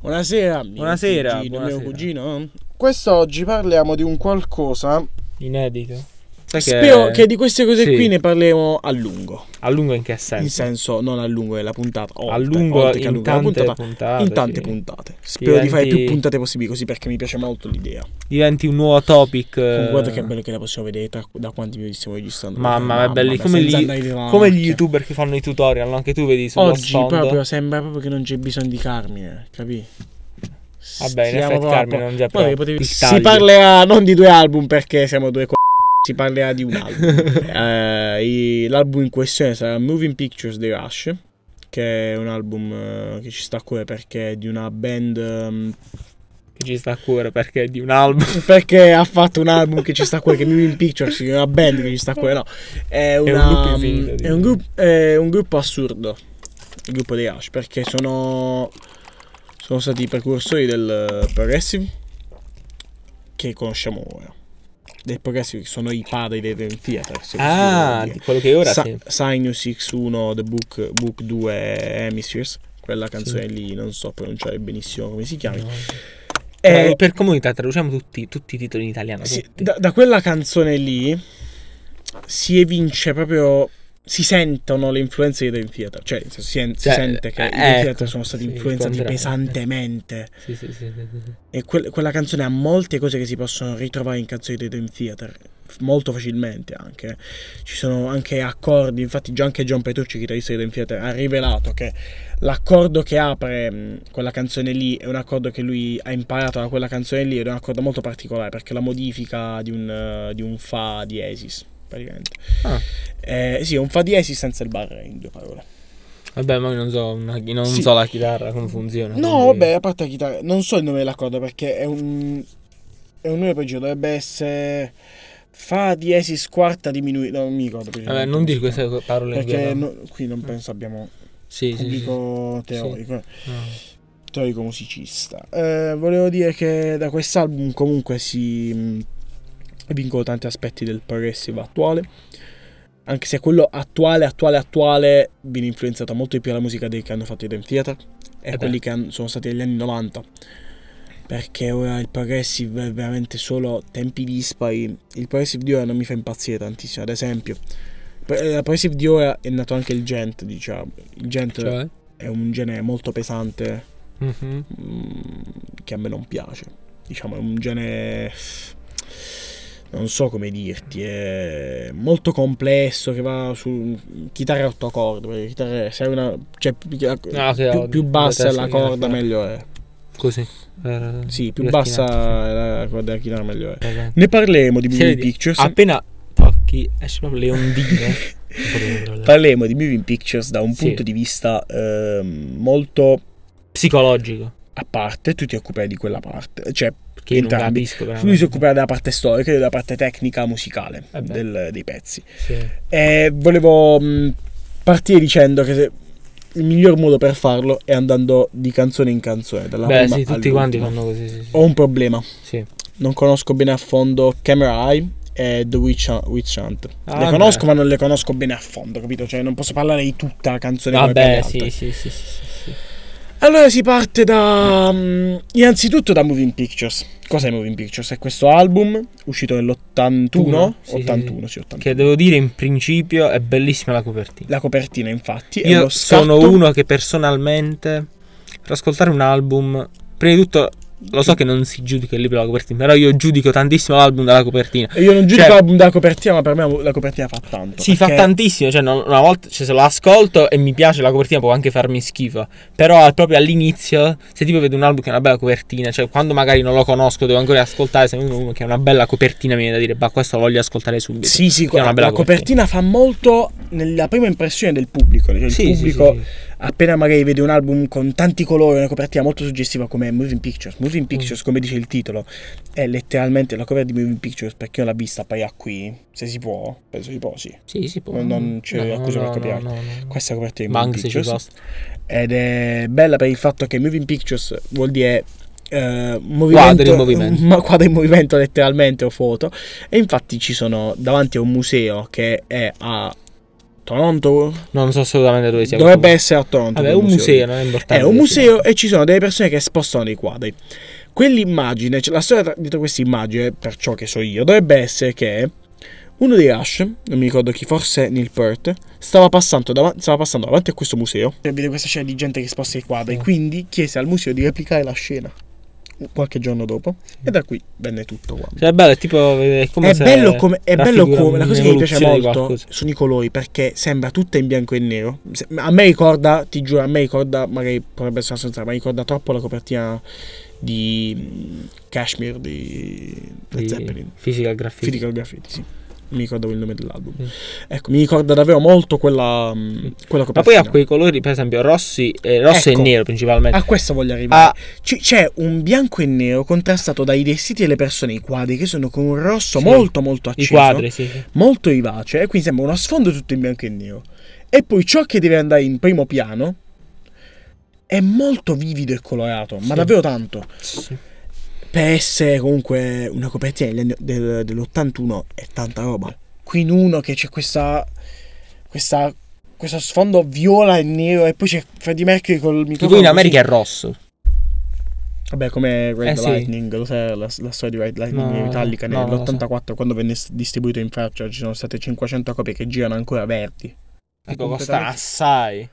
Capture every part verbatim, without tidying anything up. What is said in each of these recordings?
Buonasera, mio Buonasera, cugino, buonasera. mio cugino. Quest'oggi parliamo di un qualcosa. Inedito. Sai Spero che di queste cose sì. qui ne parliamo a lungo. A lungo in che senso? In senso, non a lungo nella puntata. Oltre, a lungo oltre che a in lungo nella tante puntata, puntate. in tante sì. puntate. Spero di fare Diventi- più puntate possibili così, perché mi piace molto l'idea. Diventi un nuovo topic. Comunque, guarda eh, che bello che la possiamo vedere tra- da quanti minuti stiamo registrando. Mamma, è belli mia, come senza gli, andare di là, come gli che- youtuber che fanno i tutorial, no? Anche tu vedi sullo Oggi sfondo. proprio sembra proprio che non c'è bisogno di Carmine, capì? Vabbè, in Stiamo effetti proprio- Carmine non c'è Poi proprio. potevi- Ti Si tagli. parlerà non di due album, perché siamo due co***o. Si parlerà di un album. Eh, i- l'album in questione sarà Moving Pictures dei Rush, che è un album eh, che ci sta a cuore perché è di una band ehm, Che ci sta a cuore perché è di un album. perché ha fatto un album che ci sta a cuore, che Moving Pictures è una band che ci sta a cuore, no, è, una, un gruppo infinito, è un gruppo è un gruppo assurdo, il gruppo dei Rush, perché sono sono stati i precursori del progressive che conosciamo ora. Del progressive, che sono i padri dei Dream Theater, se così Ah, vogliamo di dire. quello che ora Sa- sì. Sinus X uno, The Book, Book due, Hemispheres, quella canzone lì, non so pronunciare benissimo come si chiami. No. Eh, Eh, per comunità traduciamo tutti, tutti i titoli in italiano. sì, tutti. da, da quella canzone lì si evince proprio, si sentono le influenze dei Dream Theater, cioè si, si Cioè, sente che eh, i Dream Theater ecco, sono stati sì, influenzati il contrario. pesantemente. Sì, sì, sì, sì, sì, sì. E quel- quella canzone ha molte cose che si possono ritrovare in canzoni dei Dream Theater, f- molto facilmente anche. Ci sono anche accordi, infatti già anche John Petrucci, chitarrista dei Dream Theater, ha rivelato che l'accordo che apre mh, quella canzone lì è un accordo che lui ha imparato da quella canzone lì, ed è un accordo molto particolare perché la modifica di un, eh, di un Fa diesis, praticamente. Ah. Eh, sì, è un Fa diesis senza il barre, in due parole. Vabbè, ma io non so, una- non Sì. so la chitarra come funziona. No, quindi- vabbè, a parte la chitarra, non so il nome dell'accordo perché è un è un nome preciso, dovrebbe essere Fa diesis quarta diminuita, non mi ricordo Vabbè, precisamente non come dire si chiama, queste parole in perché vietname. no- qui non penso abbiamo Sì, sì, sì. pubblico teorico, eh, No. teorico musicista. Eh, volevo dire che da quest'album comunque si mh, vincono tanti aspetti del progressive attuale, anche se quello attuale, attuale, attuale viene influenzata molto di più dalla musica dei che hanno fatto i Dream Theater e Eh quelli beh. che han- sono stati negli anni novanta, perché ora il progressive è veramente solo tempi dispari. Il progressive di ora non mi fa impazzire tantissimo, ad esempio per- eh, la progressive di ora è nato anche il gent, diciamo. Il gent Cioè? è un genere molto pesante, Mhm. mm, che a me non piace, diciamo, è un genere, non so come dirti, è molto complesso, che va su chitarre a otto corde, perché chitarre, se hai una, cioè, più, Ah, che più- odio. più bassa è Detesto la le chitarre corda forti. meglio è. Così. Eh, Sì, più divertinato, bassa sì. è la corda della chitarra meglio è. Esatto. Ne parleremo di Sì, Moving vedi, Pictures. appena tocchi esce proprio le ondine. Parleremo di Moving Pictures da un Sì. punto di vista ehm, molto Psicologico. a parte. Tu ti occuperai di quella parte, cioè Che io non entrambi. capisco Lui veramente. si occuperà della parte storica e della parte tecnica musicale Eh beh. del- dei pezzi. Sì. E volevo mh, partire dicendo che se- il miglior modo per farlo è andando di canzone in canzone, dalla Beh, prima sì, tutti quanti all'ultima. fanno così. Sì, sì. Ho un problema, Sì. non conosco bene a fondo Camera Eye e The Witch, Witch Hunt. Ah, Le conosco, beh. ma non le conosco bene a fondo, capito? Cioè non posso parlare di tutta la canzone come per le Vabbè, altre. sì, sì, sì, sì, sì, sì. Allora si parte da mm, innanzitutto da Moving Pictures. Cos'è Moving Pictures? È questo album uscito nell'ottantuno, Sì, sì, ottantuno, sì, ottantuno. Che devo dire, in principio è bellissima la copertina. La copertina, infatti, è Io uno sono scatto. uno che personalmente, per ascoltare un album, prima di tutto, lo so che non si giudica lì per la copertina, però io giudico tantissimo l'album dalla copertina. E io non giudico Cioè- l'album della copertina, ma per me la copertina fa tanto. Si fa perché- tantissimo, cioè non- una volta, cioè, se lo ascolto e mi piace la copertina può anche farmi schifo, però proprio all'inizio, se tipo vedo un album che ha una bella copertina, cioè quando magari non lo conosco devo ancora ascoltare, se uno, uno che ha una bella copertina mi viene da dire, ma questo lo voglio ascoltare subito. Sì, sì, Che è una la bella copertina fa molto nella prima impressione del pubblico. Cioè il Sì, sì, pubblico, sì, sì. appena magari vede un album con tanti colori, una copertina molto suggestiva come Moving Pictures. Moving Pictures, come dice il titolo, è letteralmente la cover di Moving Pictures, perché io l'ho vista poi a qui, se si può, penso si può, sì. Sì, si può. Non- non c'è accusa per copyright. no, no, no. Questa è la copertina di Ma Moving anche se ci Pictures. costa. Ed è bella per il fatto che Moving Pictures vuol dire eh, movimento, Quadri in movimento. ma quadri in movimento letteralmente, o foto. E infatti ci sono davanti a un museo che è a Toronto? No, non so assolutamente dove sia. Dovrebbe essere a Toronto. Vabbè, è un museo, non è importante. È un museo e ci sono delle persone che spostano dei quadri. Quell'immagine, cioè la storia dietro questa immagine, per ciò che so io, dovrebbe essere che uno dei Rush, non mi ricordo chi, forse Neil Peart, stava passando, davanti, stava passando davanti a questo museo e vede questa scena di gente che sposta i quadri, sì. Quindi chiese al museo di replicare la scena qualche giorno dopo, sì. E da qui venne tutto qua. Cioè è bello, è tipo è come è se bello come è bello come la cosa che mi piace molto qualcosa. sono i colori, perché sembra tutto in bianco e nero. A me ricorda, ti giuro, a me ricorda, magari potrebbe essere una senza, ma ricorda troppo la copertina di Kashmir di Led Zeppelin, Physical Graffiti. Physical Graffiti, sì. Mi ricordo il nome dell'album. Mm. Ecco, mi ricorda davvero molto quella, mm. quella copertina. Ma poi ha quei colori, per esempio, rossi, eh, rosso ecco, e nero principalmente. A questo voglio arrivare. Ah. C- c'è un bianco e nero contrastato dai vestiti delle persone, i quadri che sono con un rosso sì. molto molto acceso. I quadri, sì, sì. Molto vivace. E quindi sembra uno sfondo tutto in bianco e nero. E poi ciò che deve andare in primo piano è molto vivido e colorato, sì. ma davvero tanto. Sì. Per essere comunque una copertina del, dell'ottantuno è tanta roba. Qui in uno che c'è questa, questa questo sfondo viola e nero e poi c'è Freddie Mercury col microfono. Qui in America così. È rosso. Vabbè, come Red eh, Lightning, sì. Lo sai la, la storia di Red Lightning no, Metallica no, nell'ottantaquattro so. Quando venne distribuito in Francia ci sono state cinquecento copie che girano ancora verdi. Tipo costa assai.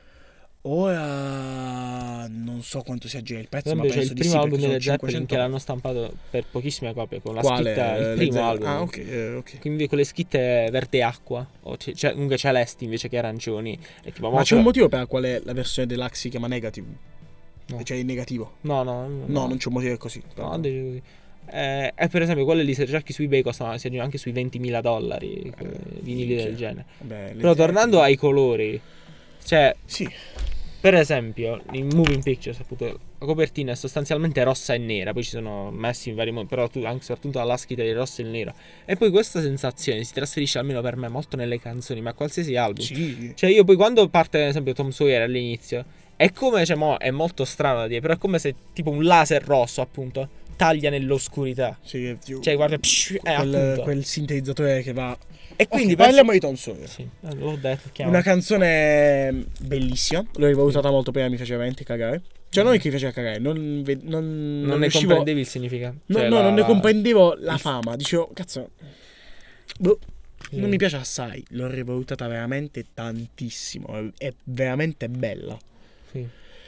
Ora non so quanto sia gira il prezzo, ma penso il primo sì, album delle Zeppelin che l'hanno stampato per pochissime copie con la Quale? scritta il primo Ze- album. Ah, ok, eh, ok. Quindi con le scritte verde acqua o c- cioè comunque celesti invece che arancioni. E tipo, ma molto... c'è un motivo per la quale la versione deluxe si chiama Negative? No. Cioè in negativo? No, no, no, no, non c'è un motivo così. No, no. Eh, e per esempio quelle lì se cerchi su eBay costano si aggiungono anche sui ventimila dollari eh, vinili del genere. Beh, però tornando ai colori, cioè sì. Per esempio, in Moving Pictures, appunto, la copertina è sostanzialmente rossa e nera, poi ci sono messi in vari modi, però tu, anche soprattutto alla scritta di rosso e il nero. E poi questa sensazione si trasferisce, almeno per me, molto nelle canzoni, ma a qualsiasi album. Sì. Cioè io poi quando parte, ad esempio, Tom Sawyer all'inizio, è come, cioè, mo, è molto strano da dire, però è come se tipo un laser rosso, appunto, taglia nell'oscurità. Sì, cioè guarda, psh, quel, appunto. quel sintetizzatore che va. E quindi okay, parliamo di Tom Sawyer. Sì, l'ho detto, una canzone bellissima. L'ho rivalutata sì. molto prima, mi faceva veramente cagare. Cioè, non è che mi faceva cagare, non, non, non, non ne riuscivo... comprendevi il significato. No, cioè, no, la, non ne la... comprendevo la fama. Dicevo, cazzo, boh, sì. non mi piace assai. L'ho rivalutata veramente tantissimo. È veramente bella. Sì.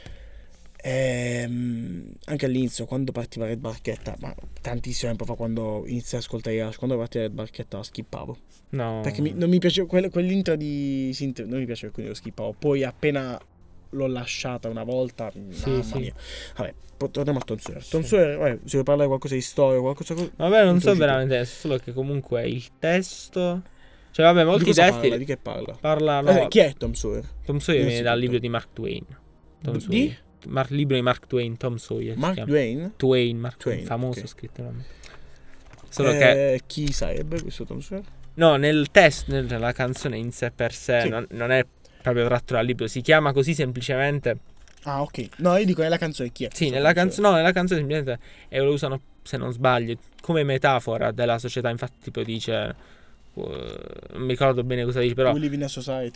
Ehm, anche all'inizio quando partiva Red Barchetta, ma tantissimo tempo fa, quando iniziai ad ascoltare Rush, quando partiva Red Barchetta la skippavo, no, perché mi, non mi piaceva quel, quell'intro di Synth, non mi piaceva, quindi lo skippavo. Poi appena l'ho lasciata una volta, sì, mamma sì. mia. Vabbè, torniamo a Tom Sawyer. Tom Sawyer, vabbè, se vuoi parlare qualcosa di storia, qualcosa così. Vabbè, non so veramente, solo che comunque il testo, cioè vabbè, molti di testi parla? Di che parla? Parla no. eh, chi è Tom Sawyer? Tom Sawyer viene dal libro di Mark Twain. Tom di? Sawyer. Mar- libro di Mark Twain, Tom Sawyer. Mark Twain? Twain, Mark Twain, Twain famoso okay. scritto. Solo eh, che chi sarebbe questo Tom Sawyer? No, nel test, nella canzone in sé per sé, sì. non, non è proprio tratto dal libro, si chiama così semplicemente. Ah, ok. No, io dico nella canzone chi è? Sì, nella canzone, no, nella canzone semplicemente e lo usano, se non sbaglio, come metafora della società. Infatti, tipo dice, uh, non mi ricordo bene cosa dice, però. We live in a society.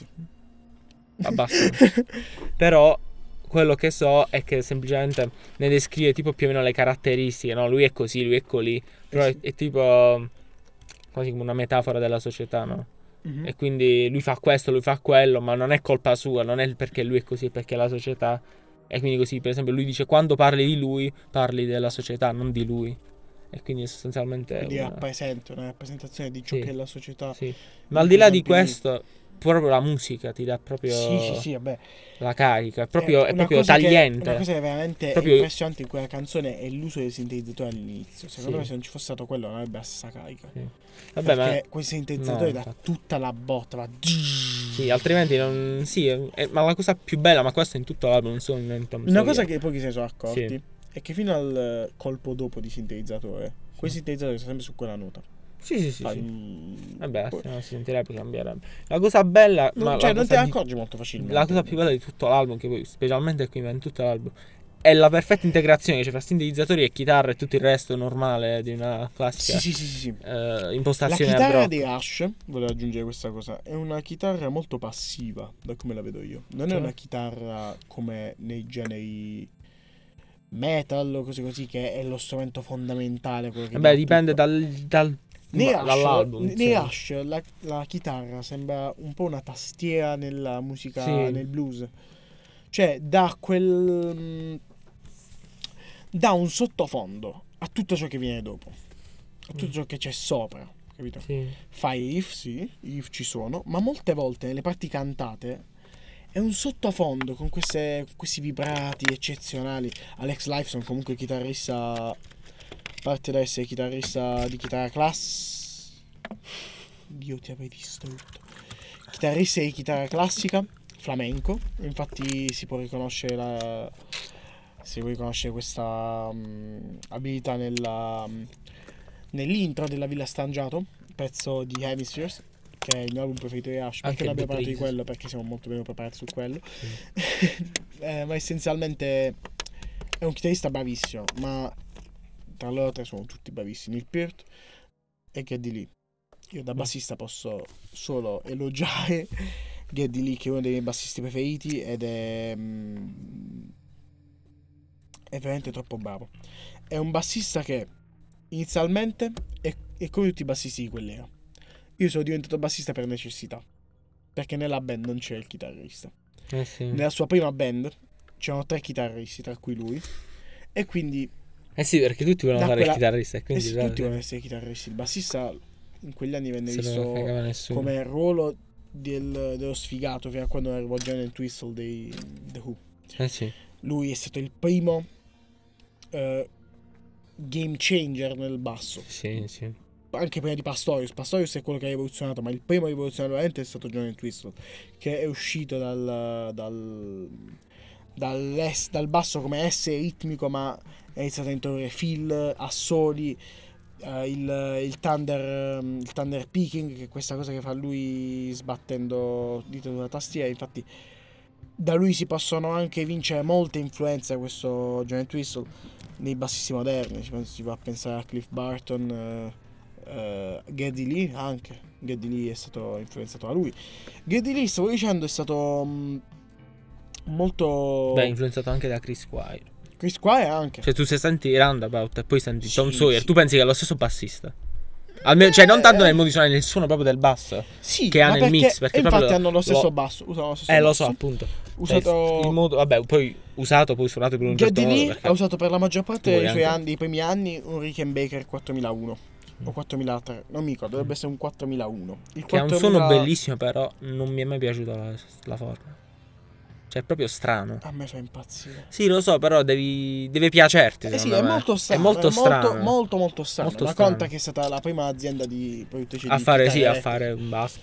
Abbastanza. Però quello che so è che semplicemente ne descrive tipo più o meno le caratteristiche, no? Lui è così, lui è colì, però eh sì. è, è tipo quasi come una metafora della società, no? Mm-hmm. E quindi lui fa questo, lui fa quello, ma non è colpa sua, non è perché lui è così, è perché la società. E quindi così, per esempio, lui dice quando parli di lui, parli della società, non di lui. E quindi sostanzialmente quindi una... rappresenta una rappresentazione di ciò sì. che è la società. Sì. Ma al di là di questo, proprio la musica ti dà proprio sì, sì, sì, vabbè. la carica, è proprio, è è proprio tagliente. Che, una cosa che è veramente proprio... impressionante in quella canzone è l'uso dei sintetizzatori all'inizio. Secondo sì. me se non ci fosse stato quello non avrebbe la stessa carica. Sì. Vabbè, perché ma... quei sintetizzatori no, dà tutta la botta, va... Sì, altrimenti non... Sì, è... ma la cosa più bella, ma questo in tutto l'album, non solo in Tom Una cosa che pochi si sono accorti sì. è che fino al colpo dopo di sintetizzatore, sì. quei sintetizzatori sono sempre su quella nota. Sì, sì, sì. Fai... sì. Vabbè, poi... se no si sentirebbe, cambierebbe. La cosa bella... Non, ma cioè, la non cosa te ne di... accorgi molto facilmente. La cosa più bella di tutto l'album, che poi specialmente qui in tutto l'album, è la perfetta integrazione, cioè fra sintetizzatori e chitarra e tutto il resto normale di una classica Sì, sì, sì, sì, sì. eh, La impostazione a chitarra rock. di Rush, volevo aggiungere questa cosa, è una chitarra molto passiva, da come la vedo io. Non è Cioè? una chitarra come nei generi metal o cose così, che è lo strumento fondamentale, quello che Vabbè, dà dipende tutto. dal, dal, Nei ma- Rush, dall'album. nei insomma. Rush la, la chitarra sembra un po' una tastiera nella musica, Sì. nel blues. Cioè, dà quel... mm, dà un sottofondo a tutto ciò che viene dopo, a tutto Mm. ciò che c'è sopra, capito? Sì. Fai i riff, sì, i riff ci sono, ma molte volte nelle parti cantate è un sottofondo con queste, questi vibrati eccezionali. Alex Lifeson, comunque chitarrista, parte da essere chitarrista di chitarra class. Dio, ti avrei distrutto. Chitarrista di chitarra classica, flamenco. Infatti si può riconoscere la, si può riconoscere questa um, abilità nella, um, nell'intro della Villa Stangiato, pezzo di Hemispheres, che è il mio album preferito di Rush. Perché Anche non il abbiamo parlato di Breeze. quello? Perché siamo molto meno preparati su quello. Sì. Eh, ma essenzialmente è un chitarrista bravissimo, ma tra loro tre sono tutti bravissimi, Neil Peart e Geddy Lee. Io da bassista posso solo elogiare Geddy Lee, che è uno dei miei bassisti preferiti ed è mm, è veramente troppo bravo. È un bassista che inizialmente è, è come tutti i bassisti di quell'era. Io sono diventato bassista per necessità, perché nella band non c'era il chitarrista. Eh sì. Nella sua prima band c'erano tre chitarristi, tra cui lui, e quindi Eh sì, perché tutti volevano da fare quella- il chitarrista e eh quindi sì, esatto, tutti volevano essere chitarristi. Il bassista in quegli anni venne se non visto fregava nessuno. come ruolo del- dello sfigato fino a quando arrivò John Twistle dei The Who. Eh sì. Lui è stato il primo eh, game changer nel basso, Sì, sì. anche prima di Pastorius. Pastorius è quello che ha rivoluzionato, ma il primo a rivoluzionare veramente è stato John Twistle, che è uscito dal, dal, dall'es- dal basso come S ritmico, ma ha iniziato a introdurre fill, assoli, eh, il, il thunder ehm, il thunder picking, che è questa cosa che fa lui sbattendo dito sulla tastiera. Infatti da lui si possono anche vincere molte influenze, questo John Twistle, nei bassisti moderni. Si, si va a pensare a Cliff Barton, eh, eh, Geddy Lee anche. Geddy Lee è stato influenzato da lui. Geddy Lee, stavo dicendo, è stato mh, molto... Beh, influenzato anche da Chris Squire. Chris Squire anche. Cioè tu se senti Roundabout e poi senti Sì, Tom Sawyer, sì. tu pensi che è lo stesso bassista? Almeno, cioè non tanto Eh, nel modo di suonare, nel suono proprio del basso. Sì, che ha ma nel perché, mix, perché e infatti proprio hanno lo stesso lo- basso. Usano lo stesso Eh lo basso. so appunto. Usato... Cioè, il modo, vabbè, poi usato, poi suonato per un certo Geddy modo Lee perché ha usato per la maggior parte Vuoi dei suoi anche- anni, dei primi anni, un Rickenbacker quattromilauno o quattromilatré, non mi ricordo, dovrebbe essere un quattromilauno. Il che ha un quattromila suono bellissimo, però non mi è mai piaciuta la, la forma. Cioè è proprio strano. A me fa impazzire. Sì, lo so, però devi deve piacerti, Eh sì, secondo è me. molto strano. È molto strano. Molto, molto, molto strano. Molto Ma strano. conta che è stata la prima azienda di produttrice A di fare sì, chitarre a fare un basso.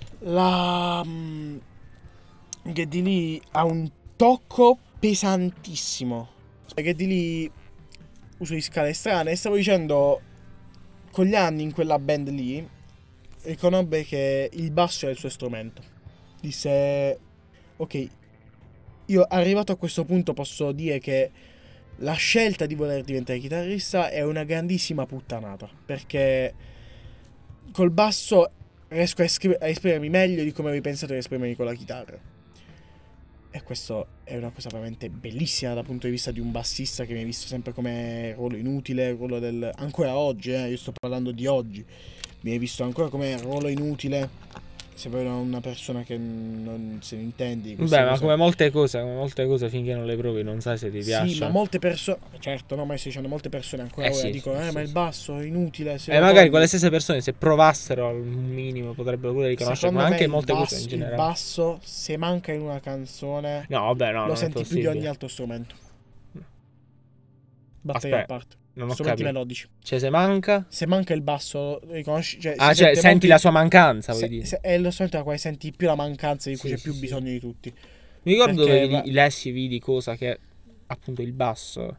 La mm, Geddy Lee ha un tocco pesantissimo. Geddy Lee uso di scale strane. E stavo dicendo, con gli anni in quella band lì, riconobbe che il basso è il suo strumento. Disse, ok, io arrivato a questo punto posso dire che la scelta di voler diventare chitarrista è una grandissima puttanata, perché col basso riesco a, escri- a esprimermi meglio di come avevi pensato di esprimermi con la chitarra. E questo è una cosa veramente bellissima dal punto di vista di un bassista che mi hai visto sempre come ruolo inutile, ruolo del... ancora oggi, eh, io sto parlando di oggi, mi hai visto ancora come ruolo inutile. Se poi una persona che non se ne intende di queste Beh, ma cose. come molte cose, come molte cose finché non le provi non sai se ti Sì, piacciono. ma molte persone, certo, no, ma stai dicendo molte persone ancora Eh ora sì, dicono, sì, eh, sì, ma il sì. basso è inutile. Se E lo magari togli. quelle stesse persone se provassero al minimo potrebbero pure riconoscere, Secondo ma me anche il molte basso, cose in il generale. basso, se manca in una canzone, No, vabbè, no, lo non è senti più di possibile. ogni altro strumento. Batteria a Aspetta, parte. non ho Strumenti capito. melodici. Cioè se manca... Se manca il basso, riconosci. Cioè, Ah, si cioè sente senti molto la di- sua mancanza, vuoi se- dire? se- è lo strumento da quale senti più la mancanza, di cui Sì, c'è sì, più sì. bisogno di tutti. Mi ricordo Perché dove va- vi- lessi vidi cosa che appunto il basso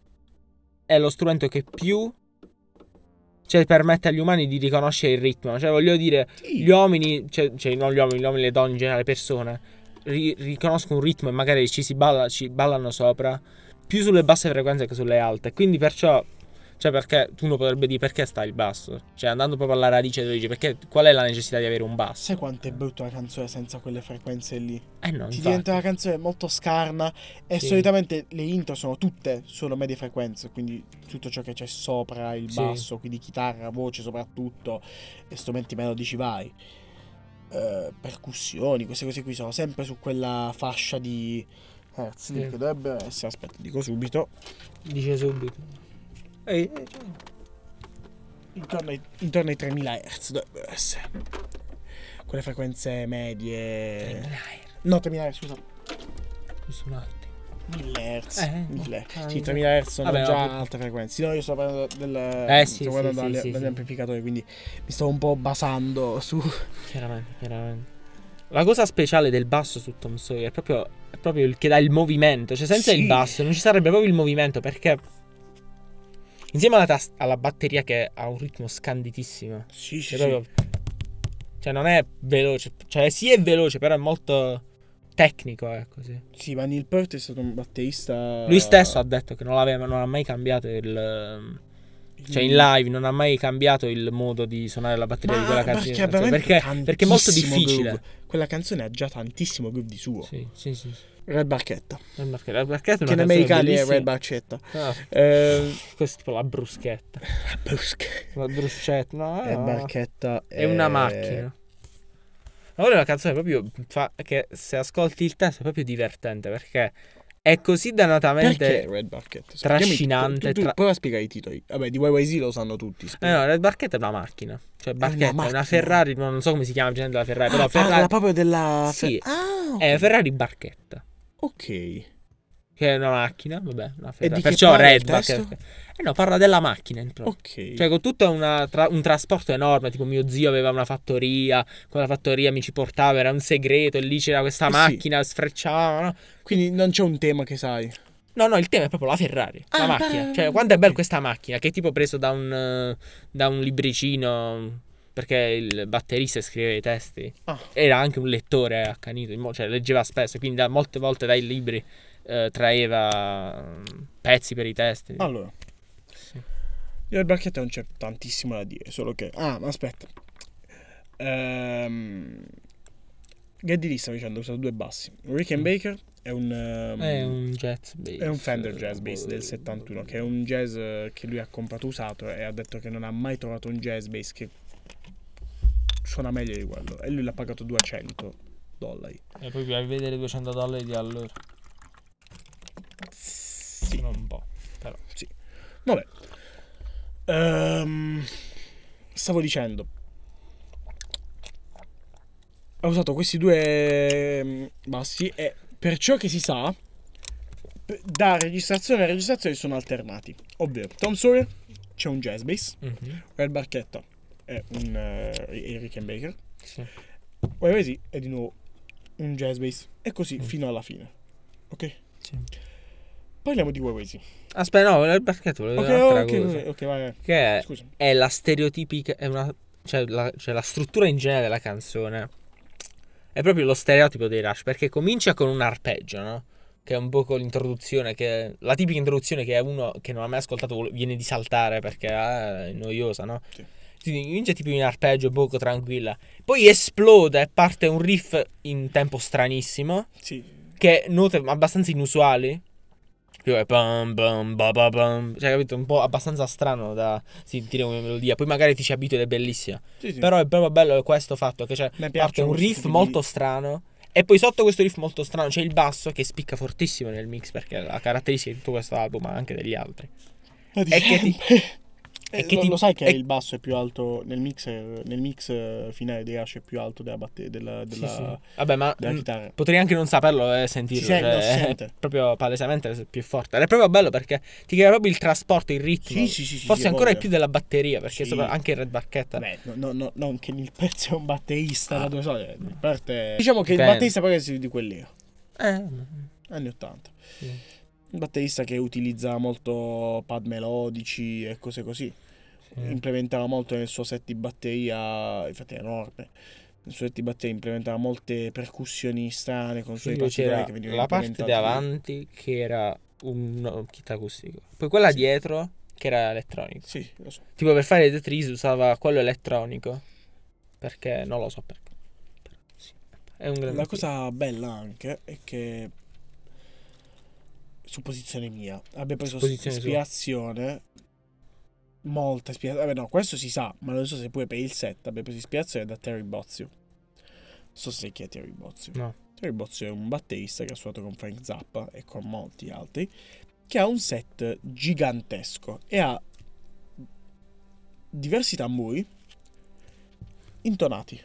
è lo strumento che più cioè permette agli umani di riconoscere il ritmo. Cioè voglio dire, Sì. gli uomini, cioè, cioè non gli uomini, gli uomini, le donne in generale, le persone ri- riconoscono un ritmo e magari ci si balla, ci ballano sopra più sulle basse frequenze che sulle alte. Quindi perciò, cioè perché uno potrebbe dire perché sta il basso? Cioè andando proprio alla radice dove dice perché qual è la necessità di avere un basso? Sai quanto è brutta la canzone senza quelle frequenze lì? Eh no, Ti infatti. diventa una canzone molto scarna e Sì. solitamente le intro sono tutte solo medie frequenze, quindi tutto ciò che c'è sopra il Sì. basso, quindi chitarra, voce soprattutto e strumenti melodici vari. Eh, percussioni, queste cose qui sono sempre su quella fascia di hertz Sì. lì che dovrebbe essere, aspetta, dico subito, Dice subito. Ehi, eh, cioè, intorno ai, intorno ai tremila hertz dovrebbe essere. Quelle frequenze medie. tremila No, tremila hertz, scusa. sono alti. mille hertz. Eh, mille. oh, Sì, tremila hertz sono vabbè, già no, alte frequenze. No, io sto parlando del. Eh, sì, sto sì, guardando sì, dagli, sì, dagli sì. amplificatori, quindi mi sto un po' basando su. Chiaramente, chiaramente. La cosa speciale del basso su Tom Sawyer è proprio, è proprio il che dà il movimento. Cioè, senza Sì. il basso non ci sarebbe proprio il movimento. Perché insieme alla, tas- alla batteria che ha un ritmo scanditissimo. Sì, sì, Cioè, sì. proprio, cioè, non è veloce. Cioè, sì, è veloce, però è molto tecnico. È così. Sì, ma Neil Peart è stato un batterista. Lui stesso ha detto che non, l'aveva, non ha mai cambiato il. Cioè, in live non ha mai cambiato il modo di suonare la batteria Ma di quella canzone. perché, veramente Perché, perché è molto tantissimo difficile. groove. Quella canzone ha già tantissimo groove di suo. Sì, sì, sì. sì. Red Barchetta. Il marchetto, il marchetto è Che una in canzone americani è bellissima. Red Barchetta. Ah, Eh, questa è tipo la bruschetta. Brusca. La bruschetta, no? Red no. Barchetta È una macchina. Ma quella è una canzone proprio fa- che se ascolti il testo è proprio divertente perché è così dannatamente. Perché Red Barchetta? Spiegami- trascinante, Tu, tu, tra- prova a spiegare i titoli. Vabbè, di Y Y Z lo sanno tutti. Eh spiega. no, Red Barchetta è una macchina. Cioè, Barchetta è una, macchina. Ferrari, no, non so come si chiama il genere della Ferrari, Ah, però parla Ferrari proprio della. Sì. Ah, ok. è Ferrari Barchetta. Ok. Che è una macchina, vabbè, una E Ferrari. di che Perciò parla il Red testo? Barchetta. Eh no, parla della macchina in proprio. Ok. Cioè, con tutto una tra- un trasporto enorme. Tipo, mio zio aveva una fattoria. Quella fattoria mi ci portava, era un segreto. E lì c'era questa Eh sì. macchina, sfrecciava. No? Quindi non c'è un tema che sai. no, no, il tema è proprio la Ferrari. La Ah, macchina. beh, Cioè, quanto è bella ok. questa macchina? Che è tipo preso da un, eh, da un libricino. Perché il batterista scriveva i testi. Ah. Era anche un lettore accanito. mo- Cioè, leggeva spesso. Quindi, da, molte volte dai libri eh, traeva mm, pezzi per i testi. Allora. Sì. Di Red Barchetta non c'è tantissimo da dire. Solo che. Ah, ma aspetta. Ehm. Geddy Lee stava dicendo, ha usato due bassi. Rick and Mm. Baker è un. ehm, È un jazz bass. È un Fender Jazz Bass del settantuno, che è un jazz eh, che lui ha comprato usato e ha detto che non ha mai trovato un jazz bass che suona meglio di quello. E lui l'ha pagato duecento dollari. E poi vai a vedere duecento dollari di allora. Sì, Sono un po'. Però. sì. Vabbè. Ehm, stavo dicendo. Ha usato questi due ehm, bassi e per ciò che si sa, p- da registrazione a registrazione sono alternati. Ovvero, Tom Sawyer c'è un jazz bass, Mhm. Red Barchetta è un uh, Rick and Baker, Sì. Y Y Z è di nuovo un jazz bass e così Mm. fino alla fine. Ok? Sì. Parliamo di Y Y Z. Aspetta, no, il baschetto volevo Ok, dire un'altra ok, cosa. ok, ok, vai, vai. Che è, Scusa. è la stereotipica. È una. Cioè la, cioè la struttura in genere della canzone. È proprio lo stereotipo dei Rush. Perché comincia con un arpeggio, no? Che è un po' l'introduzione. Che la tipica introduzione che uno che non ha mai ascoltato vuole- viene di saltare perché ah, è noiosa, no? Sì. Quindi comincia tipo in arpeggio, poco tranquilla. Poi esplode e parte un riff in tempo stranissimo. Sì. Che note abbastanza inusuali. Più è pam pam ba ba pam. Cioè, capito? Un po' abbastanza strano da sentire come melodia. Poi magari ti ci abitui ed è bellissima. Sì, sì. Però è proprio bello questo fatto che c'è Mi parte piacciono un questi riff tipi di- molto strano. E poi sotto questo riff molto strano c'è il basso che spicca fortissimo nel mix. Perché è la caratteristica di tutto questo album, ma anche degli altri. Ma di E che ti- sempre. e Eh, che lo, ti- lo sai che e- il basso è più alto nel mix, nel mix eh, finale di Rush è più alto della, batte- della, Sì, della, sì. Vabbè, ma della mm, chitarra. potrei anche non saperlo e sentirlo. Si sente, cioè, lo si è sente. proprio palesemente più forte. Ed è proprio bello perché ti crea proprio il trasporto, il ritmo. Sì, sì, sì, sì, Forse sì, ancora ovvio. di più della batteria. Perché Sì. sopra- anche il Red Barchetta. Beh, no, no, no, non che il pezzo è un batterista Ah. da due soldi. Il parte... Diciamo che Dipende. il batterista poi è di quelli Eh, anni ottanta. sì. Un batterista che utilizza molto pad melodici e cose così. Sì. Implementava molto nel suo set di batteria, infatti è enorme. Nel suo set di batteria implementava molte percussioni strane con suoi Tipo particolari c'era che venivano la parte di implementati. avanti che era un kit acustico. Poi quella dietro che era elettronico. Sì, lo so. Tipo per fare i Tetris usava quello elettronico. Perché non lo so perché. Però, sì, è un grande La kit. cosa bella anche è che, supposizione mia, abbia preso Supposizione sua. ispirazione, molta ispirazione. Vabbè, no, questo si sa, ma non so se pure per il set abbia preso ispirazione da Terry Bozzio. Non so se chi è Terry Bozzio. No. Terry Bozzio è un batterista che ha suonato con Frank Zappa e con molti altri, che ha un set gigantesco e ha diversi tamburi intonati.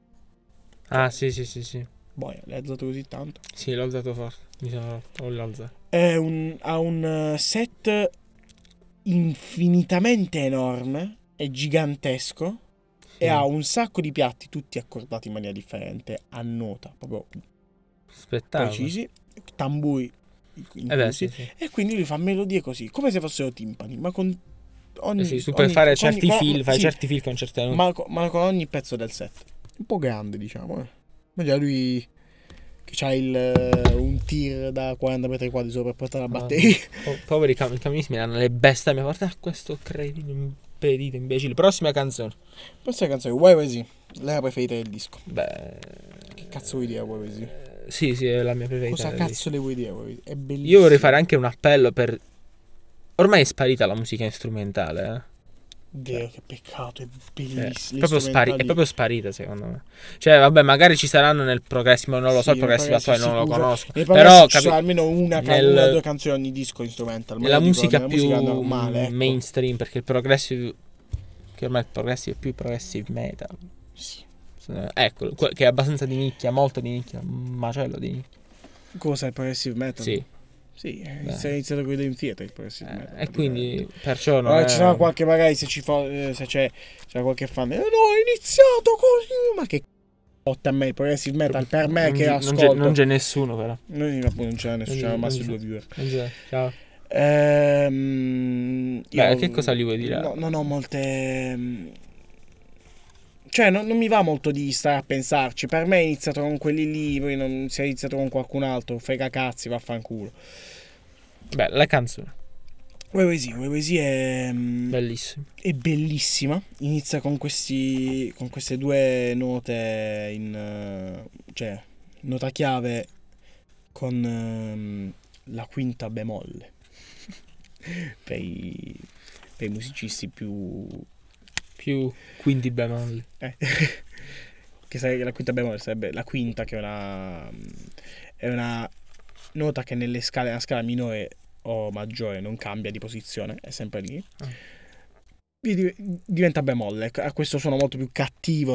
Ah, sì, sì, sì, sì. Boia, l'hai alzato così tanto. Sì, l'ho alzato forte. Mi sono... Ho l'alzato. È un, ha un eh, set infinitamente enorme, è gigantesco Sì. e ha un sacco di piatti tutti accordati in maniera differente, a nota, proprio Spettacolo. precisi, tamburi Eh beh, inclusi, sì, sì. e quindi lui fa melodie così, come se fossero timpani, ma con ogni... Eh sì, tu puoi ogni- fare con certi ogni- fil, con- fai sì, certi fil con certe note. ma, co- ma con ogni pezzo del set. Un po' grande, diciamo, eh. Immagina lui che c'ha il, eh, un tir da quaranta metri quadri sopra per portare la Ah, batteria. po- poveri cam- camionisti mi danno le bestemmie. Guarda ah, questo cretino impedito, imbecille. Prossima canzone. Questa è la canzone Why Was He? L'era preferita del disco. Beh, Che cazzo vuoi dire Why Was He? eh, sì, sì, è la mia preferita. Cosa del cazzo disco. le vuoi dire Why Was He? È bellissimo. Io vorrei fare anche un appello per. Ormai è sparita la musica strumentale, eh. Dio, che peccato, è Cioè, bellissimo. è, proprio spari- è proprio sparita secondo me. Cioè, vabbè, magari ci saranno nel progressivo, non lo so, il progressivo attuale non lo conosco. Però ci sono capi- almeno una, nel- una o due canzoni ogni disco instrumental. ma nella io dico, musica nella più musica normale, ecco. mainstream, perché il progressive, che ormai il progressive è più progressive metal. Sì. Ecco, que- che è abbastanza di nicchia, molto di nicchia, un macello di nicchia. Cosa è progressive metal? Sì. Sì, eh, Beh. si è iniziato con i Dream Theater il progressive Eh, metal. e quindi perciò non Allora, è... ci sarà qualche, magari se ci fa, eh, se c'è, c'è qualche fan, eh, no, è iniziato così, ma che c***o a me il progressive metal, per me non che c'è- ascolto. non c'è, non c'è nessuno però. Noi appunto non c'è nessuno, Non- c'erano non massimo c'è. due viewer. Non c'è. Ciao. Ehm, Beh, io- che cosa gli vuoi dire? No, non ho molte... Cioè, non, non mi va molto di stare a pensarci. Per me è iniziato con quelli lì, poi non si è iniziato con qualcun altro. Frega cazzi, vaffanculo. Beh, la canzone, Why Was He? Why Was He è, mm, bellissima. è bellissima. Inizia con questi con queste due note in... eh, cioè, nota chiave con ehm, la quinta bemolle. per, i, per i musicisti più... Più quinti bemolle. Eh. Che sarebbe la quinta bemolle, sarebbe la quinta, che è una è una nota che nelle scale, nella scala minore o maggiore non cambia di posizione, è sempre lì. Ah. Quindi diventa bemolle, ha questo suono molto più cattivo.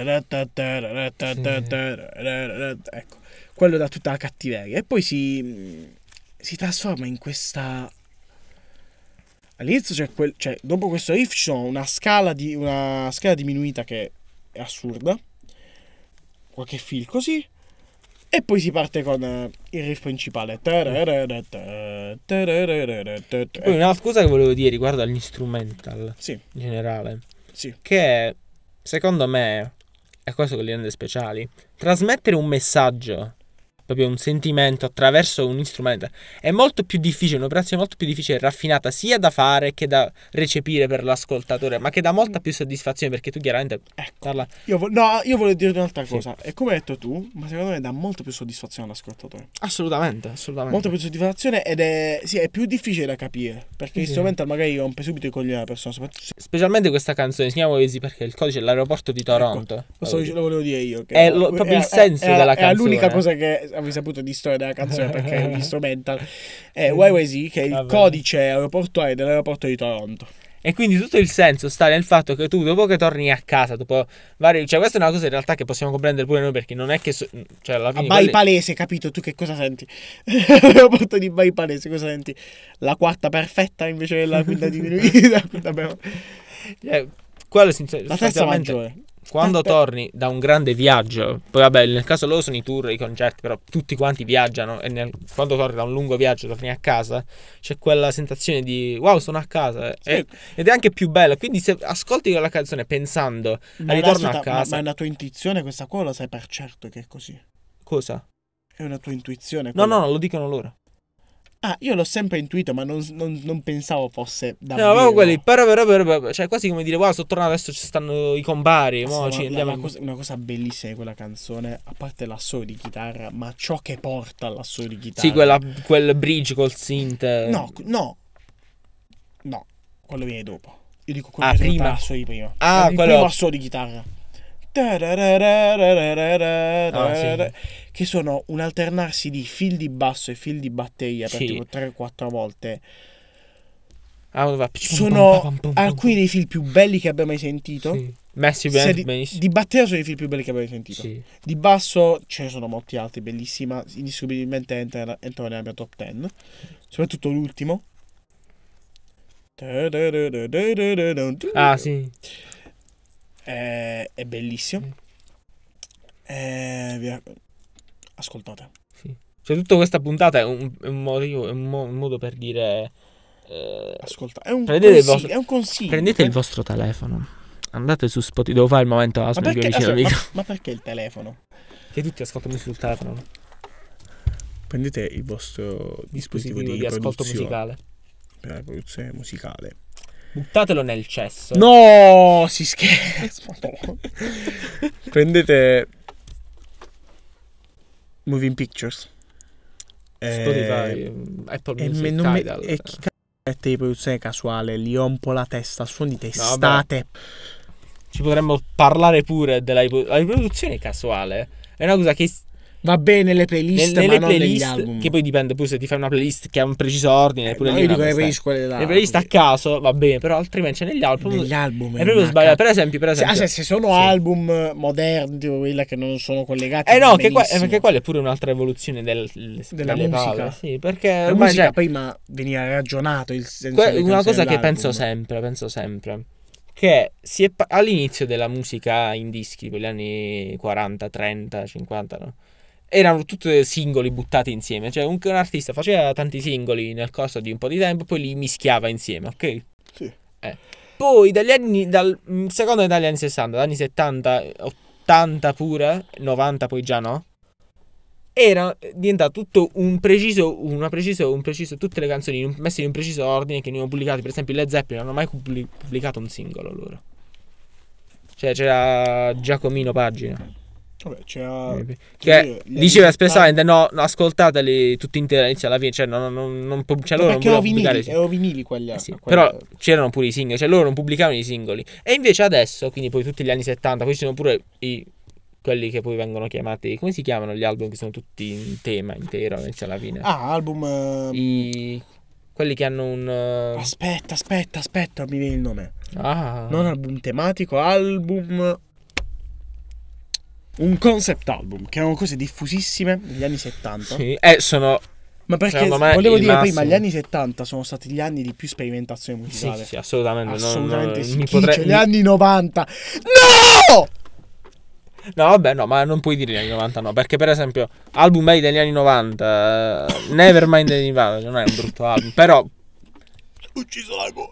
Ecco, quello dà tutta la cattiveria e poi si si trasforma in questa... All'inizio c'è quel, cioè dopo questo riff ci sono una scala di una scala diminuita che è assurda, qualche fill così, e poi si parte con eh, il riff principale. Poi Poi un'altra cosa che volevo dire riguardo agli instrumental sì, in generale, sì, che secondo me è questo che li rende speciali. Trasmettere un messaggio, proprio un sentimento attraverso un strumento è molto più difficile, un'operazione molto più difficile e raffinata sia da fare che da recepire per l'ascoltatore, ma che dà molta più soddisfazione perché tu chiaramente ecco. parla... Io, vo- no, io volevo dire un'altra Sì. cosa. È come hai detto tu, ma secondo me dà molto più soddisfazione all'ascoltatore. Assolutamente, assolutamente. Molto più soddisfazione ed è, sì, è più difficile da capire. Perché Sì. l'instrumental magari rompe subito i coglioni alla persona. Soprattutto se... Specialmente questa canzone si chiama Oasis perché il codice è l'aeroporto di Toronto. Ecco, lo, so- lo volevo dire io. Che È lo- proprio il senso è- della è l'unica canzone. cosa che avevi saputo di storia della canzone perché è un instrumental. È Why Was He, che è il Vabbè. codice aeroportuale dell'aeroporto di Toronto. E quindi tutto il senso sta nel fatto che tu dopo che torni a casa, dopo vari... cioè questa è una cosa in realtà che possiamo comprendere pure noi perché non è che... So... cioè alla A fine... Bai quelli- Palese, capito? Tu che cosa senti? L'aeroporto di Bai Palese, cosa senti? La quarta perfetta invece della quinta diminuita. Quinta per- eh, quello sin- La terza sostanzialmente- maggiore. Quando Per- torni da un grande viaggio, poi vabbè, nel caso loro sono i tour, i concerti, però tutti quanti viaggiano e nel- quando torni da un lungo viaggio, torni a casa, c'è quella sensazione di wow, sono a casa Sì. e- ed è anche più bello. Quindi se ascolti quella canzone pensando Ma al ritorno aspetta, a casa, ma, ma è una tua intuizione questa qua, o lo sai per certo che è così? cosa? È una tua intuizione No, quella- no, lo dicono loro. Ah, io l'ho sempre intuito, ma non, non, non pensavo fosse No, davvero. proprio quelli, però, però, però, però, cioè quasi come dire, wow, sono tornato, adesso ci stanno i compari, mo Sì, ci ma la- andiamo la in- cosa- una cosa bellissima di quella canzone, a parte l'assolo di chitarra, ma ciò che porta all'assolo di chitarra. Sì, quella, quel bridge col synth. No, no, no, quello viene dopo. Io dico quello Ah, che si prima? porta l'assolo di prima. Ah, il quello- primo assolo di chitarra. Ah, sì. Che sono un alternarsi di fil di basso e fil di batteria per Sì. tipo tre quattro volte. Ah, va. Sono alcuni dei fil più belli che abbia mai sentito. Sì. Messi Se bene, di, benissimo. di batteria sono i fil più belli che abbia mai sentito. Sì. Di basso ce ne sono molti altri, bellissima. Indiscutibilmente entra, entra nella mia top dieci. Soprattutto l'ultimo. Ah, sì. È, è bellissimo. Mm. Eh, via- Ascoltate. Sì. Cioè, tutta questa puntata è un, è un motivo- è un mo- un modo per dire. eh, Ascolta. È un Prendete il consiglio. vostro- È un consiglio. prendete il vostro telefono. Andate su Spotify. Devo fare il momento ma Asmi più perché, vicino al aspetta, micro. ma, ma perché il telefono? Che tutti ascoltano sul telefono. Prendete il vostro dispositivo, di, di ascolto riproduzione musicale. per la produzione musicale. Buttatelo nel cesso. No, si scherza. No. Prendete Moving Pictures. Spotify, Eh, Apple e, Music, me- non me- Tidal. e chi cazzo mette di produzione casuale? Li ho un po' la testa, suoni di vabbè. testate. Ci potremmo parlare pure della ripo- la riproduzione casuale. È una cosa che s- Va bene le playlist, nel- ma nelle non negli playlist, album. che poi dipende pure se ti fai una playlist che ha un preciso ordine. Eh, pure no, lì io una dico le bestia. playlist quelle là, Le playlist a così. caso va bene, però altrimenti cioè, negli album Negli album è proprio una sbagliato. ca- Per esempio, per Se, esempio ah, se, se sono sì. album moderni, tipo quelli che non sono collegati, Eh va no, che qua- benissimo. perché quella è pure un'altra evoluzione del, Della delle musica. palle. Sì, perché La ormai musica cioè, prima veniva ragionato il senso que- delle una canzoni cosa che dell'album. penso sempre, penso sempre, che si è pa- all'inizio della musica in dischi, quegli anni quaranta, trenta, cinquanta, no? Erano tutti singoli buttati insieme. Cioè un, un artista faceva tanti singoli nel corso di un po' di tempo, poi li mischiava insieme, ok? Sì. Eh. Poi dagli anni, dal mm, secondo dagli anni sessanta, dagli anni settanta, ottanta pure, novanta poi già no, era diventato tutto un preciso, una preciso, un preciso, tutte le canzoni in un- messe in un preciso ordine che venivano pubblicate. Per esempio i Led Zeppelin non hanno mai pubblic- pubblicato un singolo loro. Cioè c'era Giacomino Pagina Vabbè, c'era... che gli diceva anni espressamente no, no, ascoltateli tutti interi dall'inizio alla fine. Cioè non, non, non, pub- cioè, Ma loro non perché erano volevano pubblicare vinili, i singoli. erano vinili quelli. Eh sì, quelli- però c'erano pure i singoli, cioè loro non pubblicavano i singoli. E invece adesso, quindi poi tutti gli anni settanta, poi ci sono pure i quelli che poi vengono chiamati, come si chiamano gli album che sono tutti in tema intero inizio alla fine? Ah, album... eh, I quelli che hanno un uh, Aspetta, aspetta, aspetta, mi viene il nome. ah, Non album tematico, album... Un concept album, che erano cose diffusissime negli anni settanta. sì, eh, sono Ma perché secondo me volevo il dire massimo. prima, gli anni settanta sono stati gli anni di più sperimentazione sì, musicale. sì, sì, assolutamente, non- Assolutamente non, sì. mi Chi potrei dice mi- gli anni novanta. No! No, vabbè, no, ma non puoi dire gli anni novanta, no, perché per esempio album belli degli anni novanta, eh, Nevermind degli Nirvana non è un brutto album, però Ucciso l'album.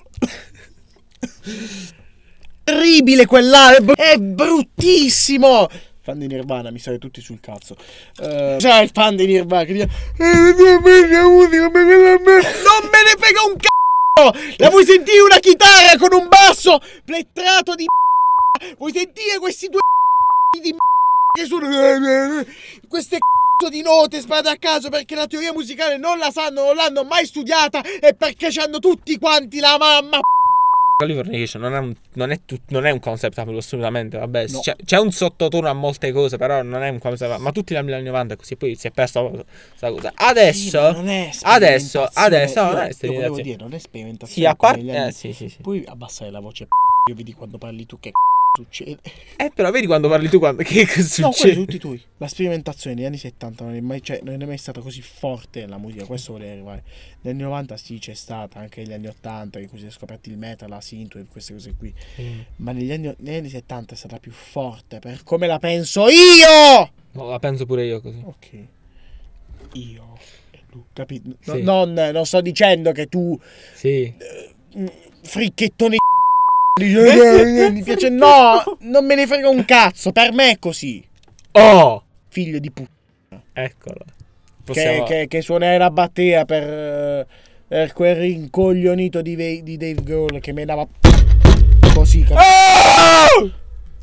Terribile quella, è, br- è bruttissimo. Fan di Nirvana, mi state tutti sul cazzo. Uh, c'è il fan di Nirvana che dice "Eh, tu metti la musica, ma quella me-" non me ne frega un c***o. La vuoi sentire una chitarra con un basso plettrato di m***a? Vuoi sentire questi due di m***a che sono queste c***o di note sparate a caso perché la teoria musicale non la sanno, non l'hanno mai studiata e perché c'hanno tutti quanti la mamma. Californication non è un, non è tut- non è un concept album assolutamente, vabbè, No. c'è, c'è un sottotono a molte cose, però non è un concept, ma tutti gli anni novanta così, poi si è perso questa cosa. Adesso, Sì, ma non è adesso, sperimentazione. adesso, Io- non è io volevo sperimentazione. dire, non è sperimentazione. Sì, a come parte, negli anni- eh, sì, sì, sì. Puoi abbassare la voce, io vedi quando parli tu che succede. Eh, però vedi quando parli tu, quando, che cosa No, quelli succede? tutti tu. La sperimentazione negli anni settanta non è mai, cioè, non è mai stata così forte nella musica, questo volevo arrivare. Negli anni novanta sì, c'è stata, anche negli anni ottanta, in cui si è scoperto il metal, la synth, queste cose qui. Mm. Ma negli anni, negli anni settanta è stata più forte, per come la penso io! No, la penso pure io così. Ok. Io e lui, capito? No- Sì. non, non sto dicendo che tu, Sì. mm, fricchettone di eh, mi piace. No, non me ne frega un cazzo, per me è così. Oh! Figlio di puttana. Eccola. Possiamo... che, che, che suonerai la batteria per, per quel rincoglionito di, Ve- di Dave Grohl che mi dava così. Oh!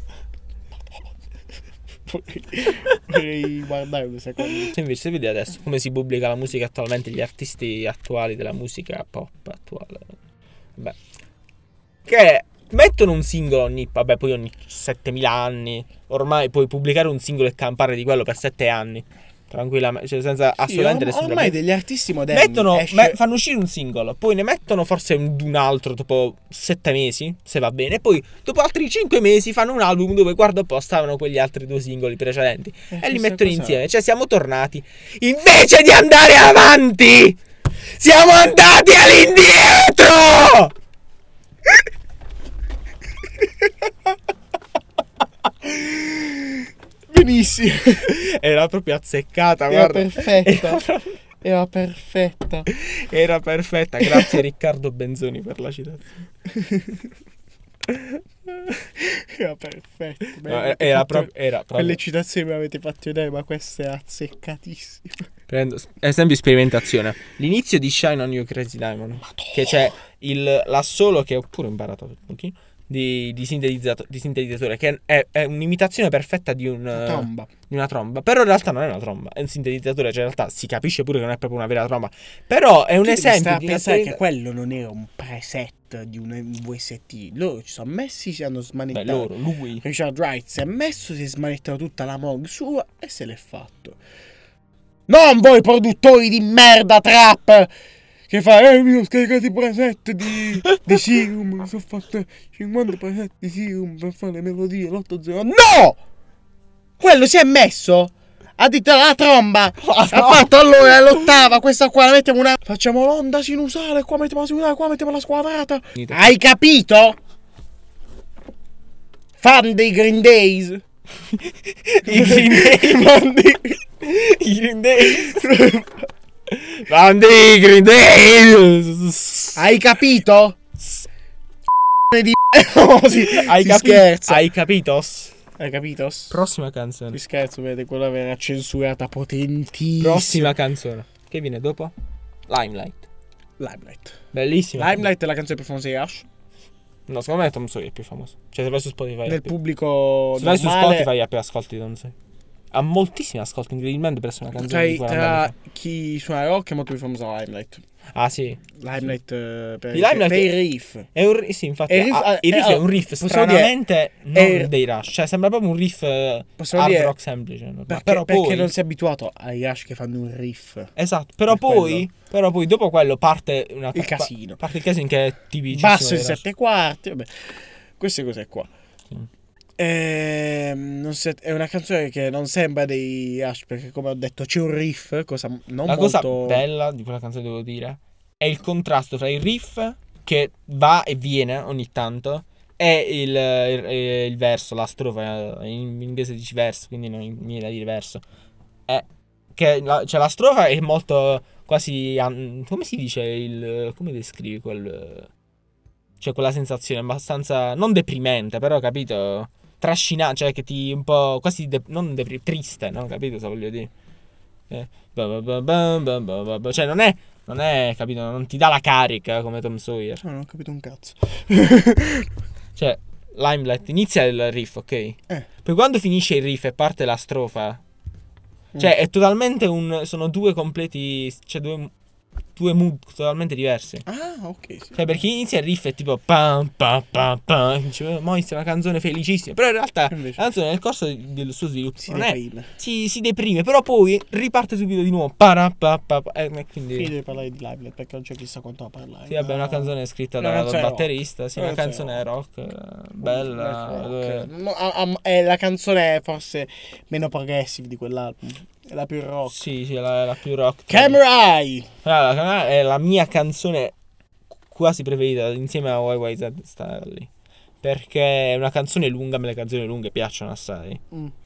Vorrei guardare un secondo. Se invece se vedi adesso come si pubblica la musica attualmente, gli artisti attuali della musica pop attuale, vabbè, che mettono un singolo ogni, vabbè, poi ogni settemila anni, ormai puoi pubblicare un singolo e campare di quello per sette anni tranquillamente, cioè senza Sì, assolutamente or- nessun ormai problema. degli artisti moderni Mettono, esce- me- fanno uscire un singolo, poi ne mettono forse un, un altro dopo sette mesi, se va bene, e poi dopo altri cinque mesi fanno un album dove, guarda un po', stavano quegli altri due singoli precedenti Eh, e li chissà mettono cosa- insieme. Cioè siamo tornati, invece di andare avanti, siamo andati all'indietro. benissimo. Era proprio azzeccata, Era guarda. perfetta. Era proprio- Era perfetta. Era perfetta, grazie Riccardo Benzoni per la citazione. Era perfetta. Me No, l'avete era, fatto- proprio, era proprio. Quelle citazioni me le avete fatto vedere, ma questa è azzeccatissima. Prendo esempio di sperimentazione. L'inizio di Shine on You Crazy Diamond, che c'è il l'assolo che ho pure imparato un pochino di, di, sintetizzato- di sintetizzatore, che è, è un'imitazione perfetta di, un, La tromba. di una tromba. Però in realtà non è una tromba, è un sintetizzatore, cioè in realtà si capisce pure che non è proprio una vera tromba. Però è un Tu devi esempio stare a di una pensare che sperimenta- quello non era un preset di un V S T. Loro ci sono messi, si hanno Beh, smanettato. loro, lui. Richard Wright si è messo, si è smanettato tutta la Moog sua e se l'è fatto. Non voi produttori di merda trap che fa, eh, mi ho scaricato i preset di, di Serum, mi sono fatto cinquanta preset di Serum per fare le melodie, l'otto zero. No! Quello si è messo, ha detto la tromba, ha fatto allora l'ottava, questa qua la mettiamo una... Facciamo l'onda sinusale, qua mettiamo la sinusale, qua mettiamo la squadrata. Hai capito? Fan dei Green Days. I Green Day. Fan dei- I Green Day. Bandi Green Day. Hai capito? di no, si, Hai si capito? scherza. Hai capito? Hai capito? Prossima canzone. Si scherzo, vede, quella verrà censurata potentissima. Prossima canzone. Che viene dopo? Limelight. Limelight. Bellissima. Limelight è la canzone più famosa di Rush. No, secondo me Tom Sawyer è più famoso. Cioè, se vai su Spotify. Nel è più... pubblico Se vai su normale, Spotify ha più ascolti di Tom Sawyer. Ha moltissimi ascolti, incredibilmente, per essere una canzone Tra, di quaranta anni tra chi suona rock è molto più famosa Limelight. fa. Ah, sì. Limelight eh, per, Di Limelight- per i riff. È un riff, sì, infatti. E il riff- ah, il riff eh, è un riff possiamo dire- stranamente non è- dei Rush. Cioè, sembra proprio un riff eh, Possiamo hard dire- rock semplice. normale. Perché, però perché poi. non si è abituato ai Rush che fanno un riff. Esatto, però per poi, quello. però poi dopo quello parte una Il casino. Parte il casino che è tipicissimo Basso in dei Rush. sette quarti. Vabbè. Queste cose qua. Mm. Ehm, non se- è una canzone che non sembra dei Rush perché, come ho detto, c'è un riff. Cosa non La molto... cosa bella di quella canzone, devo dire, è il contrasto tra il riff che va e viene ogni tanto e il, il- il verso, la strofa. In inglese dici verso, quindi non mi viene da dire verso. È che la, cioè la strofa è molto quasi an- come si dice il come descrivi quel, cioè quella sensazione abbastanza non deprimente, però capito, trascinante, cioè che ti un po' quasi de- non depri- triste, no? Capito cosa voglio dire? Eh, ba ba ba ba ba ba ba ba. Cioè non è non è, capito, non ti dà la carica come Tom Sawyer. No, non ho capito un cazzo. Cioè Limelight inizia il riff, ok? Eh. Poi quando finisce il riff e parte la strofa, cioè è totalmente un sono due completi, cioè due due mood totalmente diversi. Ah, ok. Sì. Cioè, perché inizia il riff è tipo pam pam pam pam, dice, mo inizia una canzone felicissima, però in realtà Invece- la canzone nel corso del suo sviluppo Si non è, deprime. si, si deprime, però poi riparte subito di nuovo. Para, pa, pa, pa, e quindi Fine di parlare di Limelight perché non c'è chissà quanto da parlare. sì, vabbè, una canzone scritta Una da- dal canzone rock. batterista, sì, una Una canzone canzone rock, eh, bella. Rock. eh, No, a- a- è la canzone forse meno progressive di quell'album. È la più rock. Sì, sì, è la, la più rock. Camera Eye. Allora, la- è la mia canzone quasi preferita insieme a Y Y Z sta lì. Perché è una canzone lunga, a me le canzoni lunghe piacciono assai. Mm.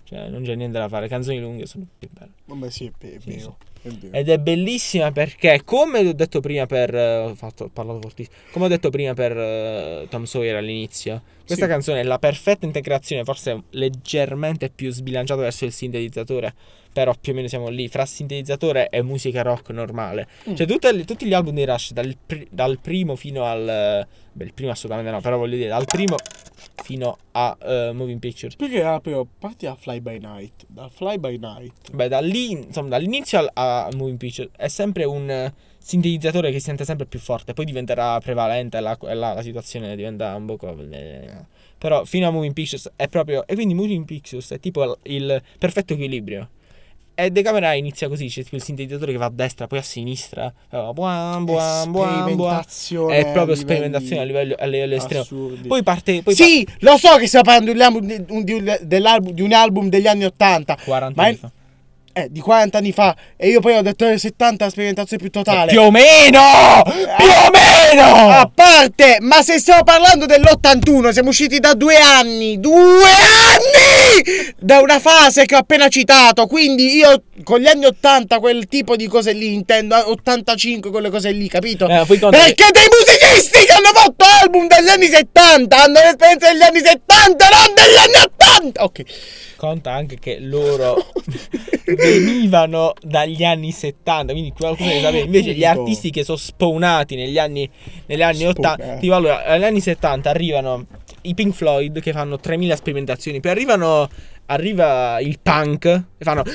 Cioè, non c'è niente da fare. Le canzoni lunghe sono più belle. Vabbè, sì, è vero. Sì, sì. È vero. Ed è bellissima perché, come ho detto prima per eh, ho fatto, ho parlato fortissimo, come ho detto prima per eh, Tom Sawyer all'inizio, questa Sì. canzone è la perfetta integrazione, forse leggermente più sbilanciata verso il sintetizzatore, però più o meno siamo lì, fra sintetizzatore e musica rock normale. Mm. Cioè tutte le- tutti gli album di Rush, dal, pri- dal primo fino al... Beh, il primo assolutamente no, però voglio dire, dal primo fino a eh, Moving Pictures. Perché era proprio parti da Fly By Night. Da Fly By Night. Beh, da lì, insomma, dall'inizio al, a Moving Pictures è sempre un eh, sintetizzatore che si sente sempre più forte, poi diventerà prevalente e la, e la, la situazione diventa un po'... eh, però fino a Moving Pictures è proprio... E quindi Moving Pictures è tipo il, il perfetto equilibrio. E Decameron inizia così, c'è tipo il sintetizzatore che va a destra, poi a sinistra, buam, buam, buam, buam. Sperimentazione. È proprio a sperimentazione a livello, a livello estremo. assurdi. Poi parte... Poi Sì, lo so che stiamo parlando di un album, di, un- di un- dell'album, di un album degli anni ottanta. pa- quaranta Ma anni è- fa. Eh, di quaranta anni fa. E io poi ho detto nel settanta la sperimentazione più totale. Più o meno! Più o meno! A parte, ma se stiamo parlando dell'ottantuno, siamo usciti da due anni, due anni da una fase che ho appena citato. Quindi io con gli anni ottanta quel tipo di cose lì intendo, ottantacinque quelle cose lì, capito? Eh, poi conta che- Perché dei musicisti che hanno fatto album degli anni settanta hanno l'esperienza degli anni settanta, non degli anni ottanta. Ok. Conta anche che loro venivano dagli anni settanta, quindi qualcosa ne sapeva. Invece gli Appunto. artisti che sono spawnati negli anni, negli anni Spawn- ottanta, eh. tipo allora, negli anni settanta arrivano i Pink Floyd che fanno tremila sperimentazioni, poi arrivano, arriva il punk e fanno...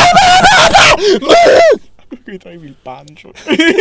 Mi trovi il pancio.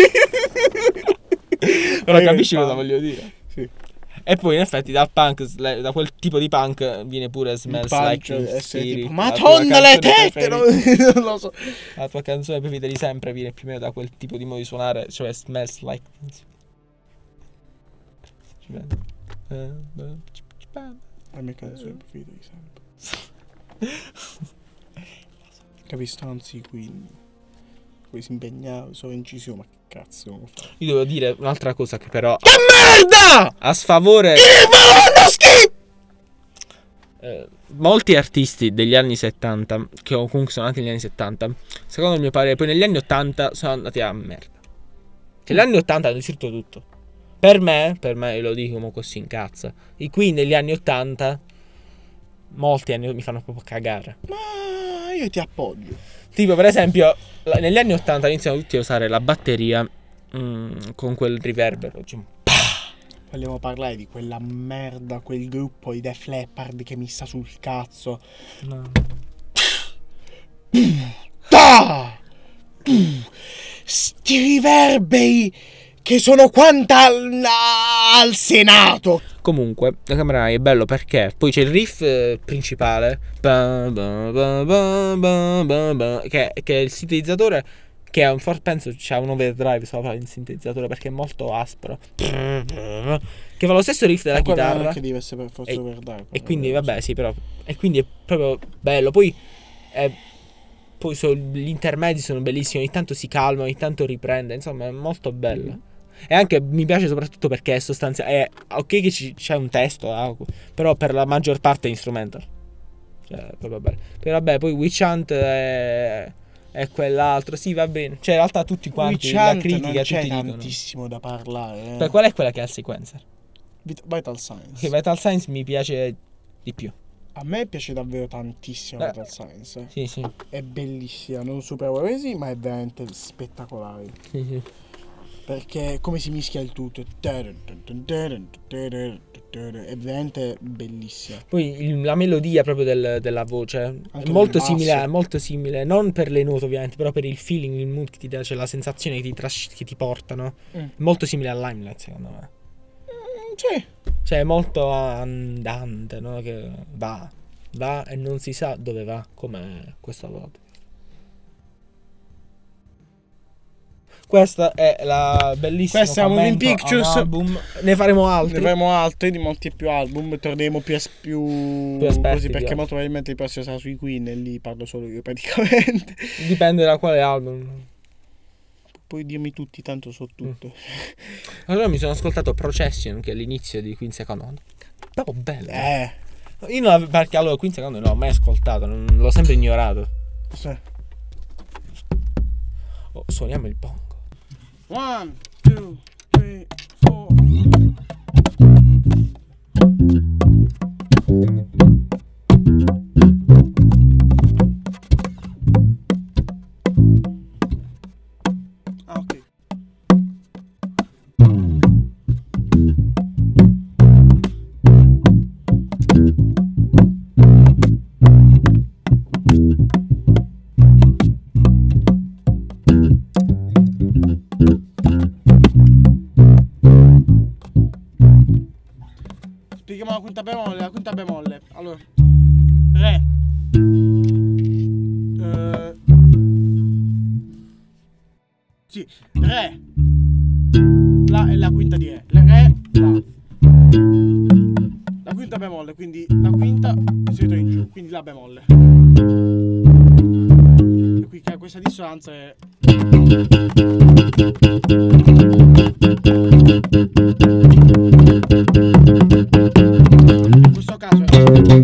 Però Arriva capisci il cosa punk. voglio dire? Sì. E poi in effetti dal punk, da quel tipo di punk viene pure Smells Like Pancio, Teen essere Spirit, tipo, la tua Madonna le canzone tette, preferita. non lo so. La tua canzone preferita di sempre viene più o meno da quel tipo di modo di suonare, cioè Smells Like Teen Spirit. Ci vedo. Eh, beh, La mia canzone preferita di sempre. Capisco, anzi, quindi poi si impegnava, sono incisivo, ma che cazzo devo fare? Io devo dire un'altra cosa che però Che merda! a sfavore Fanno schifo! eh, molti artisti degli anni settanta, che comunque sono nati negli anni settanta, secondo il mio parere, poi negli anni ottanta sono andati a merda. Cioè, negli anni ottanta hanno distrutto tutto. Per me, per me, io lo dico come così incazza. I Queen negli anni ottanta, molti anni mi fanno proprio cagare. Ma io ti appoggio. Tipo, per esempio, la- negli anni ottanta iniziano tutti a usare la batteria mm, con quel riverbero. Cioè, Vogliamo parlare di quella merda, quel gruppo di Def Leppard che mi sta sul cazzo. no. Ta! Sti riverberi che sono quanta al, al Senato. Comunque, la camera è bello perché poi c'è il riff eh, principale, ba, ba, ba, ba, ba, ba, ba, che, che è il sintetizzatore, che è un for- penso c'ha un overdrive sopra il sintetizzatore perché è molto aspro, che fa lo stesso riff della Ma quello non è chitarra. che deve essere per forza E- overdrive, E quello quindi deve vabbè sì però e quindi è proprio bello. Poi è, poi so- gli intermedi sono bellissimi, ogni tanto si calma, ogni tanto riprende, insomma è molto bello. E anche mi piace soprattutto perché è sostanziale, è ok che ci- c'è un testo, ah, però per la maggior parte è instrumental, cioè è proprio bello. Poi vabbè, poi Witch Hunt è, è quell'altro, sì va bene, cioè in realtà tutti quanti Witch la Hunt critica non c'è tutti dicono. tantissimo da parlare. eh. Poi qual è quella che ha il sequencer? Vit- Vital Science. Che Vital Signs mi piace di più. A me piace davvero tantissimo Eh. Vital Science. Sì, sì. È bellissima, non super Oasis, ma è veramente spettacolare. Sì, sì. Perché come si mischia il tutto. È veramente bellissima. Poi il- la melodia proprio del- della voce è Anche molto del simile, basso. molto simile, non per le note ovviamente, però per il feeling, il mood che ti dà, cioè la sensazione che ti, tras- che ti portano. Mm. Molto simile a Limelight secondo me. Mm, sì. Cioè è molto andante, no? Che va, va e non si sa dove va, come questa volta. Questa è la bellissima Questa è Moving commento a un Pictures. album. Ne faremo altri. Ne avremo altri di molti più album. Torneremo più, es- più, Più esperti così di perché altri. molto probabilmente il prossimo sarà sui Queen e lì parlo solo io praticamente. Dipende da quale album. Puoi dirmi tutti, tanto so tutto. Allora mi sono ascoltato Procession, che è l'inizio di Queen Second. Proprio bello. Eh. Io non l'avevo, perché allora Queen secondo me non l'ho mai ascoltato, non, l'ho sempre ignorato. Sì. Oh, suoniamo il bongo. One, two, three, four. Ah, ok. Spieghiamo la quinta bemolle, la quinta bemolle. Allora, re. Eh, sì, re. La è la quinta di re. Le re, la. La quinta bemolle, quindi la quinta inserito in giù, quindi la bemolle. E qui che questa dissonanza è. In questo caso è.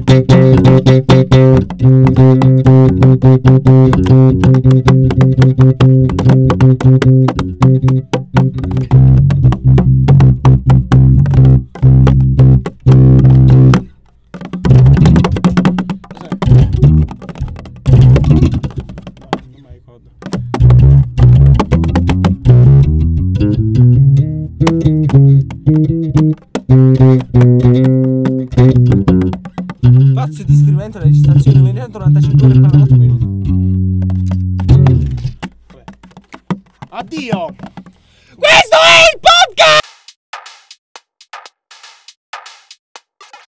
Spazio di scrivimento e registrazione duemilanovantacinque ore e quarantaquattro minuti. Addio! Questo è il